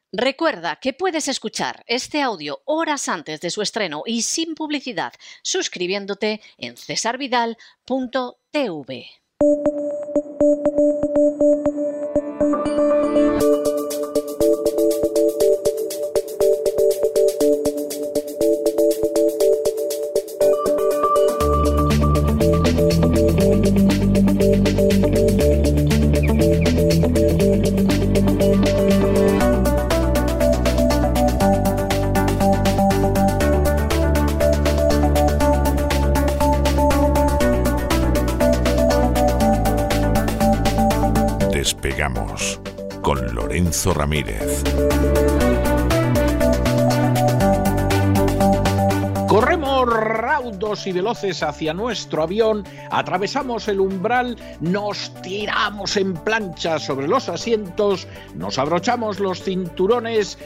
Recuerda que puedes escuchar este audio horas antes de su estreno y sin publicidad suscribiéndote en cesarvidal.tv. Despegamos con Lorenzo Ramírez. Corremos raudos y veloces hacia nuestro avión, atravesamos el umbral, nos tiramos en plancha sobre los asientos, nos abrochamos los cinturones,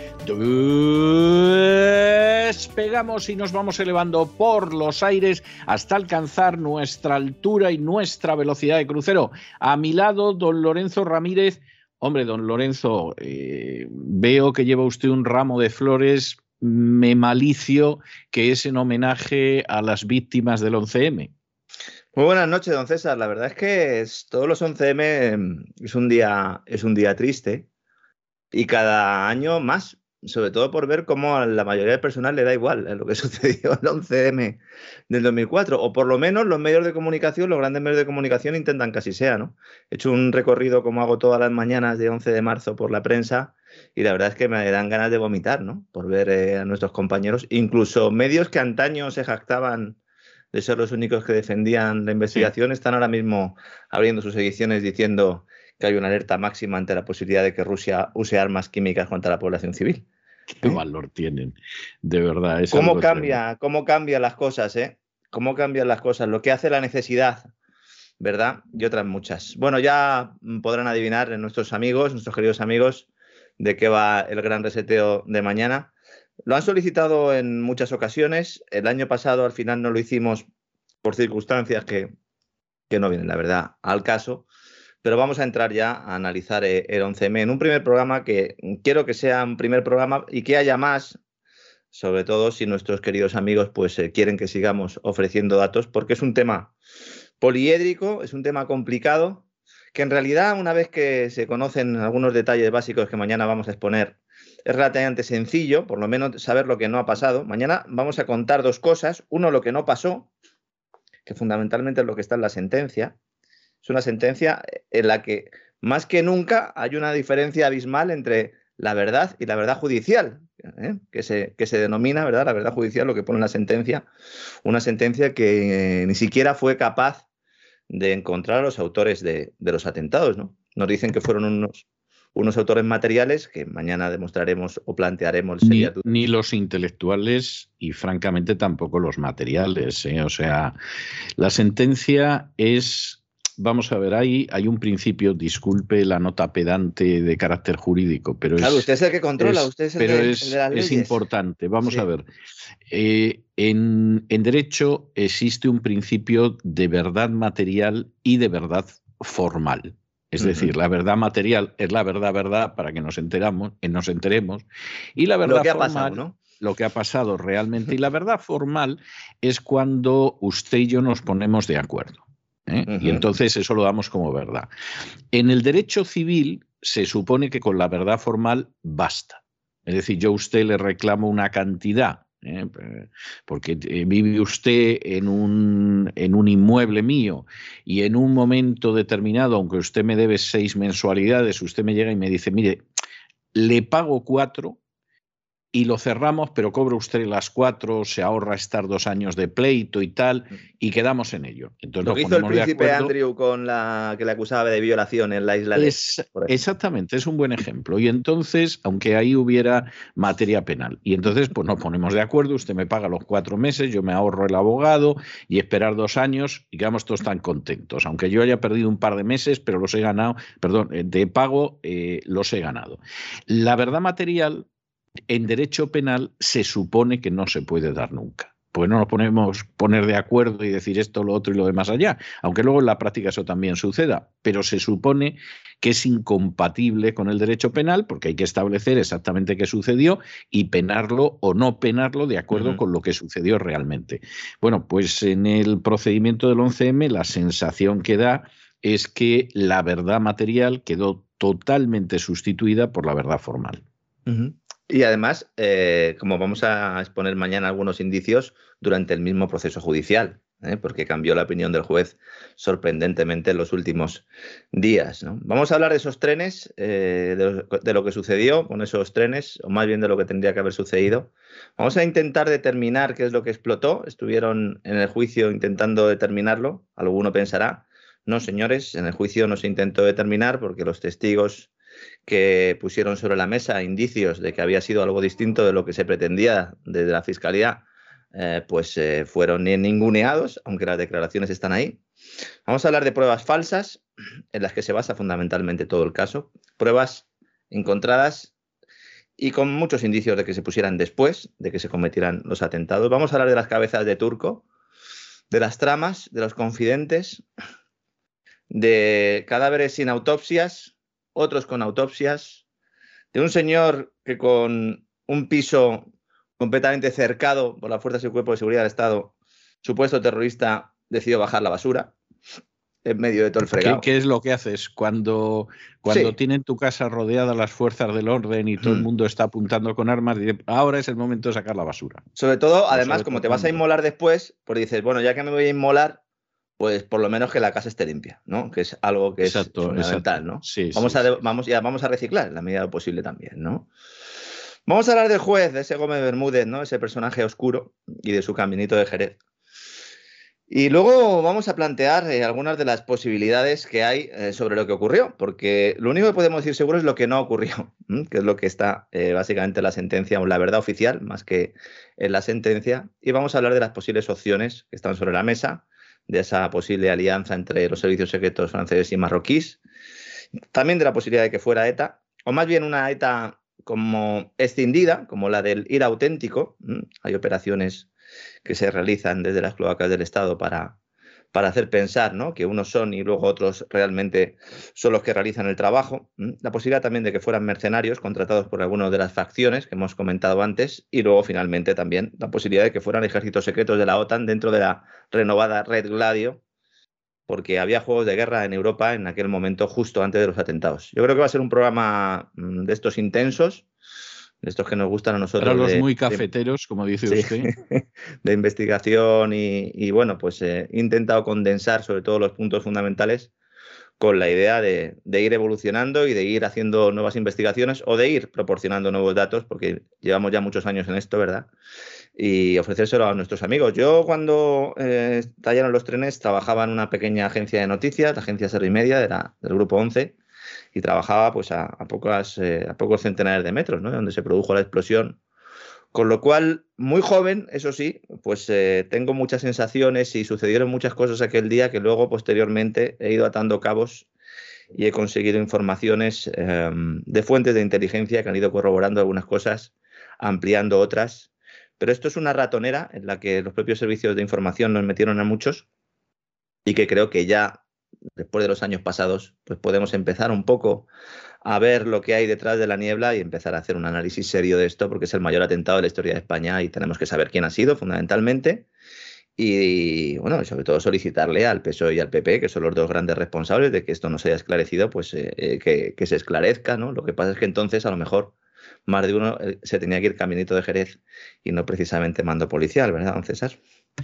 despegamos y nos vamos elevando por los aires hasta alcanzar nuestra altura y nuestra velocidad de crucero. A mi lado, don Lorenzo Ramírez. Hombre, don Lorenzo, veo que lleva usted un ramo de flores. Me malicio que es en homenaje a las víctimas del 11M. Muy buenas noches, don César. La verdad es que todos los 11M es un día triste y cada año más, sobre todo por ver cómo a la mayoría del personal le da igual lo que sucedió el 11M del 2004, o por lo menos los medios de comunicación, los grandes medios de comunicación intentan que así sea, ¿no? He hecho un recorrido como hago todas las mañanas de 11 de marzo por la prensa y la verdad es que me dan ganas de vomitar, ¿no? Por ver a nuestros compañeros, incluso medios que antaño se jactaban de ser los únicos que defendían la investigación, están ahora mismo abriendo sus ediciones diciendo que hay una alerta máxima ante la posibilidad de que Rusia use armas químicas contra la población civil. Qué valor tienen, de verdad. ¿Cómo cambian las cosas, eh? ¿Cómo cambian las cosas? Lo que hace la necesidad, ¿verdad? Y otras muchas. Bueno, ya podrán adivinar nuestros queridos amigos, de qué va el gran reseteo de mañana. Lo han solicitado en muchas ocasiones. El año pasado al final no lo hicimos por circunstancias que no vienen, la verdad, al caso. Pero vamos a entrar ya a analizar el 11M en un primer programa que quiero que sea un primer programa y que haya más, sobre todo si nuestros queridos amigos pues quieren que sigamos ofreciendo datos, porque es un tema poliédrico, es un tema complicado, que en realidad una vez que se conocen algunos detalles básicos que mañana vamos a exponer, es relativamente sencillo, por lo menos saber lo que no ha pasado. Mañana vamos a contar dos cosas. Uno, lo que no pasó, que fundamentalmente es lo que está en la sentencia. Es una sentencia en la que más que nunca hay una diferencia abismal entre la verdad y la verdad judicial, que se denomina, ¿verdad?, la verdad judicial, lo que pone en la sentencia, una sentencia que ni siquiera fue capaz de encontrar a los autores de los atentados, ¿no? Nos dicen que fueron unos autores materiales que mañana demostraremos o plantearemos. Ni los intelectuales y francamente tampoco los materiales, ¿eh? O sea, la sentencia es... Vamos a ver, hay un principio, disculpe la nota pedante de carácter jurídico, pero claro, usted es el que controla, usted es el de las leyes. Es importante. Vamos a ver. En derecho existe un principio de verdad material y de verdad formal. Es decir, la verdad material es la verdad para que nos enteremos, y la verdad lo que formal, ha pasado, ¿no? Lo que ha pasado realmente. Y la verdad formal es cuando usted y yo nos ponemos de acuerdo. Y entonces eso lo damos como verdad. En el derecho civil se supone que con la verdad formal basta. Es decir, yo a usted le reclamo una cantidad, porque vive usted en un inmueble mío y en un momento determinado, aunque usted me debe 6 mensualidades, usted me llega y me dice, mire, le pago 4 y lo cerramos, pero cobra usted las 4, se ahorra estar 2 años de pleito y tal, y quedamos en ello. Entonces lo que hizo el príncipe Andrew con la que le acusaba de violación en la isla de... Exactamente, es un buen ejemplo. Y entonces, aunque ahí hubiera materia penal, y entonces pues nos ponemos de acuerdo, usted me paga los 4 meses, yo me ahorro el abogado y esperar 2 años y quedamos todos tan contentos. Aunque yo haya perdido un par de meses, pero los he ganado, de pago los he ganado. La verdad material en derecho penal se supone que no se puede dar nunca. pues no nos ponemos poner de acuerdo y decir esto, lo otro y lo demás allá, aunque luego en la práctica eso también suceda, pero se supone que es incompatible con el derecho penal porque hay que establecer exactamente qué sucedió y penarlo o no penarlo de acuerdo con lo que sucedió realmente. Bueno, pues en el procedimiento del 11M la sensación que da es que la verdad material quedó totalmente sustituida por la verdad formal. Y además, como vamos a exponer mañana algunos indicios durante el mismo proceso judicial, porque cambió la opinión del juez sorprendentemente en los últimos días, ¿no? Vamos a hablar de esos trenes, de lo que sucedió con esos trenes, o más bien de lo que tendría que haber sucedido. Vamos a intentar determinar qué es lo que explotó. Estuvieron en el juicio intentando determinarlo. Alguno pensará, no, señores, en el juicio no se intentó determinar porque los testigos que pusieron sobre la mesa indicios de que había sido algo distinto de lo que se pretendía desde la Fiscalía, fueron ninguneados, aunque las declaraciones están ahí. Vamos a hablar de pruebas falsas, en las que se basa fundamentalmente todo el caso, pruebas encontradas y con muchos indicios de que se pusieran después de que se cometieran los atentados. Vamos a hablar de las cabezas de turco, de las tramas, de los confidentes, de cadáveres sin autopsias, otros con autopsias, de un señor que con un piso completamente cercado por las fuerzas y cuerpos de seguridad del Estado, supuesto terrorista, decidió bajar la basura en medio de todo el fregado. ¿Qué es lo que haces cuando tienen tu casa rodeada las fuerzas del orden y todo el mundo está apuntando con armas? Ahora es el momento de sacar la basura. Sobre todo, además, como te vas a inmolar después, pues dices, bueno, ya que me voy a inmolar, pues por lo menos que la casa esté limpia, ¿no? Que es algo que es fundamental, ¿no? Sí, vamos a reciclar en la medida de lo posible también, ¿no? Vamos a hablar del juez, de ese Gómez Bermúdez, ¿no? Ese personaje oscuro y de su caminito de Jerez. Y luego vamos a plantear algunas de las posibilidades que hay sobre lo que ocurrió, porque lo único que podemos decir seguro es lo que no ocurrió, que es lo que está básicamente en la sentencia, o la verdad oficial, más que en la sentencia. Y vamos a hablar de las posibles opciones que están sobre la mesa, de esa posible alianza entre los servicios secretos franceses y marroquíes, también de la posibilidad de que fuera ETA, o más bien una ETA como escindida, como la del IRA auténtico. Hay operaciones que se realizan desde las cloacas del Estado para hacer pensar, ¿no?, que unos son y luego otros realmente son los que realizan el trabajo. La posibilidad también de que fueran mercenarios contratados por alguna de las facciones que hemos comentado antes, y luego finalmente también la posibilidad de que fueran ejércitos secretos de la OTAN dentro de la renovada Red Gladio, porque había juegos de guerra en Europa en aquel momento justo antes de los atentados. Yo creo que va a ser un programa de estos intensos, de estos que nos gustan a nosotros. Para los muy cafeteros, como dice usted. De investigación y bueno, pues he intentado condensar sobre todo los puntos fundamentales con la idea de ir evolucionando y de ir haciendo nuevas investigaciones o de ir proporcionando nuevos datos, porque llevamos ya muchos años en esto, ¿verdad? Y ofrecérselo a nuestros amigos. Yo cuando estallaron los trenes trabajaba en una pequeña agencia de noticias, la agencia Ser y Media del Grupo 11, y trabajaba pues a pocos centenares de metros, ¿no?, donde se produjo la explosión. Con lo cual, muy joven, eso sí, pues tengo muchas sensaciones y sucedieron muchas cosas aquel día que luego, posteriormente, he ido atando cabos y he conseguido informaciones de fuentes de inteligencia que han ido corroborando algunas cosas, ampliando otras. Pero esto es una ratonera en la que los propios servicios de información nos metieron a muchos y que creo que ya, después de los años pasados, pues podemos empezar un poco a ver lo que hay detrás de la niebla y empezar a hacer un análisis serio de esto, porque es el mayor atentado de la historia de España y tenemos que saber quién ha sido, fundamentalmente. Y bueno, sobre todo solicitarle al PSOE y al PP, que son los dos grandes responsables de que esto no se haya esclarecido, pues que se esclarezca, ¿no? Lo que pasa es que entonces a lo mejor más de uno se tenía que ir caminito de Jerez y no precisamente mando policial, ¿verdad, don César?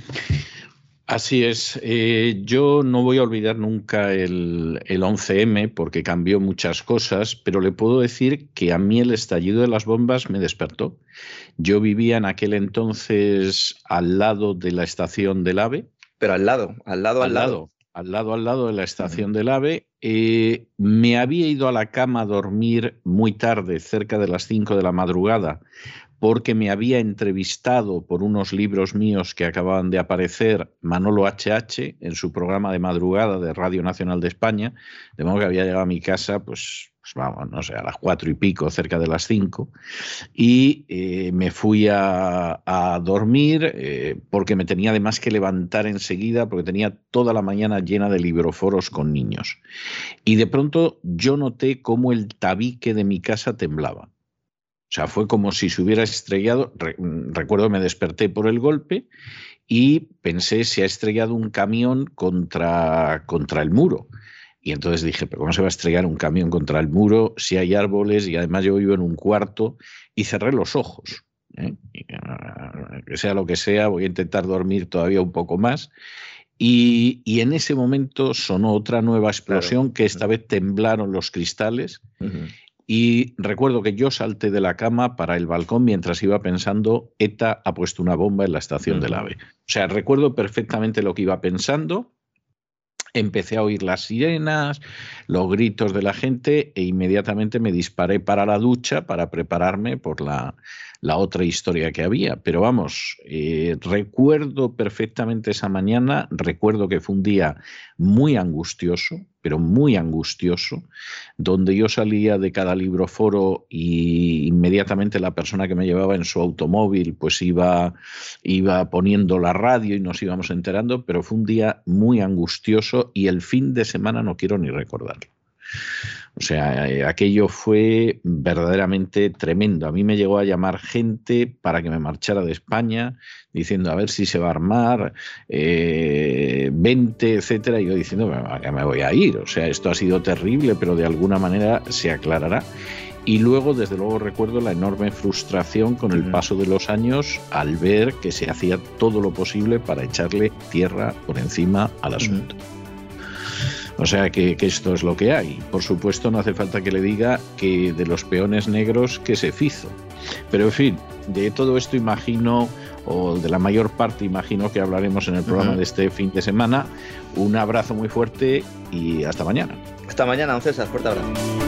Así es. Yo no voy a olvidar nunca el 11M porque cambió muchas cosas, pero le puedo decir que a mí el estallido de las bombas me despertó. Yo vivía en aquel entonces al lado de la estación del AVE. Pero al lado de la estación del AVE, me había ido a la cama a dormir muy tarde, cerca de las 5 de la madrugada, porque me había entrevistado por unos libros míos que acababan de aparecer Manolo HH en su programa de madrugada de Radio Nacional de España, de modo que había llegado a mi casa, pues vamos, no sé, a las 4 y pico, cerca de las 5, y me fui a dormir porque me tenía además que levantar enseguida, porque tenía toda la mañana llena de libroforos con niños. Y de pronto yo noté cómo el tabique de mi casa temblaba. O sea, fue como si se hubiera estrellado. Recuerdo que me desperté por el golpe y pensé, se ha estrellado un camión contra el muro. Y entonces dije, ¿pero cómo se va a estrellar un camión contra el muro si hay árboles y además yo vivo en un cuarto? Y cerré los ojos. Que sea lo que sea, voy a intentar dormir todavía un poco más. Y en ese momento sonó otra nueva explosión, claro, que esta vez temblaron los cristales. Y recuerdo que yo salté de la cama para el balcón mientras iba pensando, ETA ha puesto una bomba en la estación del AVE. O sea, recuerdo perfectamente lo que iba pensando. Empecé a oír las sirenas, los gritos de la gente e inmediatamente me disparé para la ducha para prepararme por la otra historia que había. Pero vamos, recuerdo perfectamente esa mañana, recuerdo que fue un día muy angustioso, pero muy angustioso, donde yo salía de cada libroforo y inmediatamente la persona que me llevaba en su automóvil pues iba poniendo la radio y nos íbamos enterando, pero fue un día muy angustioso y el fin de semana no quiero ni recordarlo. O sea, aquello fue verdaderamente tremendo. A mí me llegó a llamar gente para que me marchara de España, diciendo a ver si se va a armar, vente, etcétera. Y yo diciendo, ¿a qué me voy a ir? O sea, esto ha sido terrible, pero de alguna manera se aclarará. Y luego, desde luego, recuerdo la enorme frustración con el paso de los años al ver que se hacía todo lo posible para echarle tierra por encima al asunto. O sea que esto es lo que hay. Por supuesto, no hace falta que le diga que de los peones negros que se fizo. Pero en fin, de todo esto imagino, o de la mayor parte imagino que hablaremos en el programa de este fin de semana. Un abrazo muy fuerte y hasta mañana. Hasta mañana, don César. Fuerte abrazo.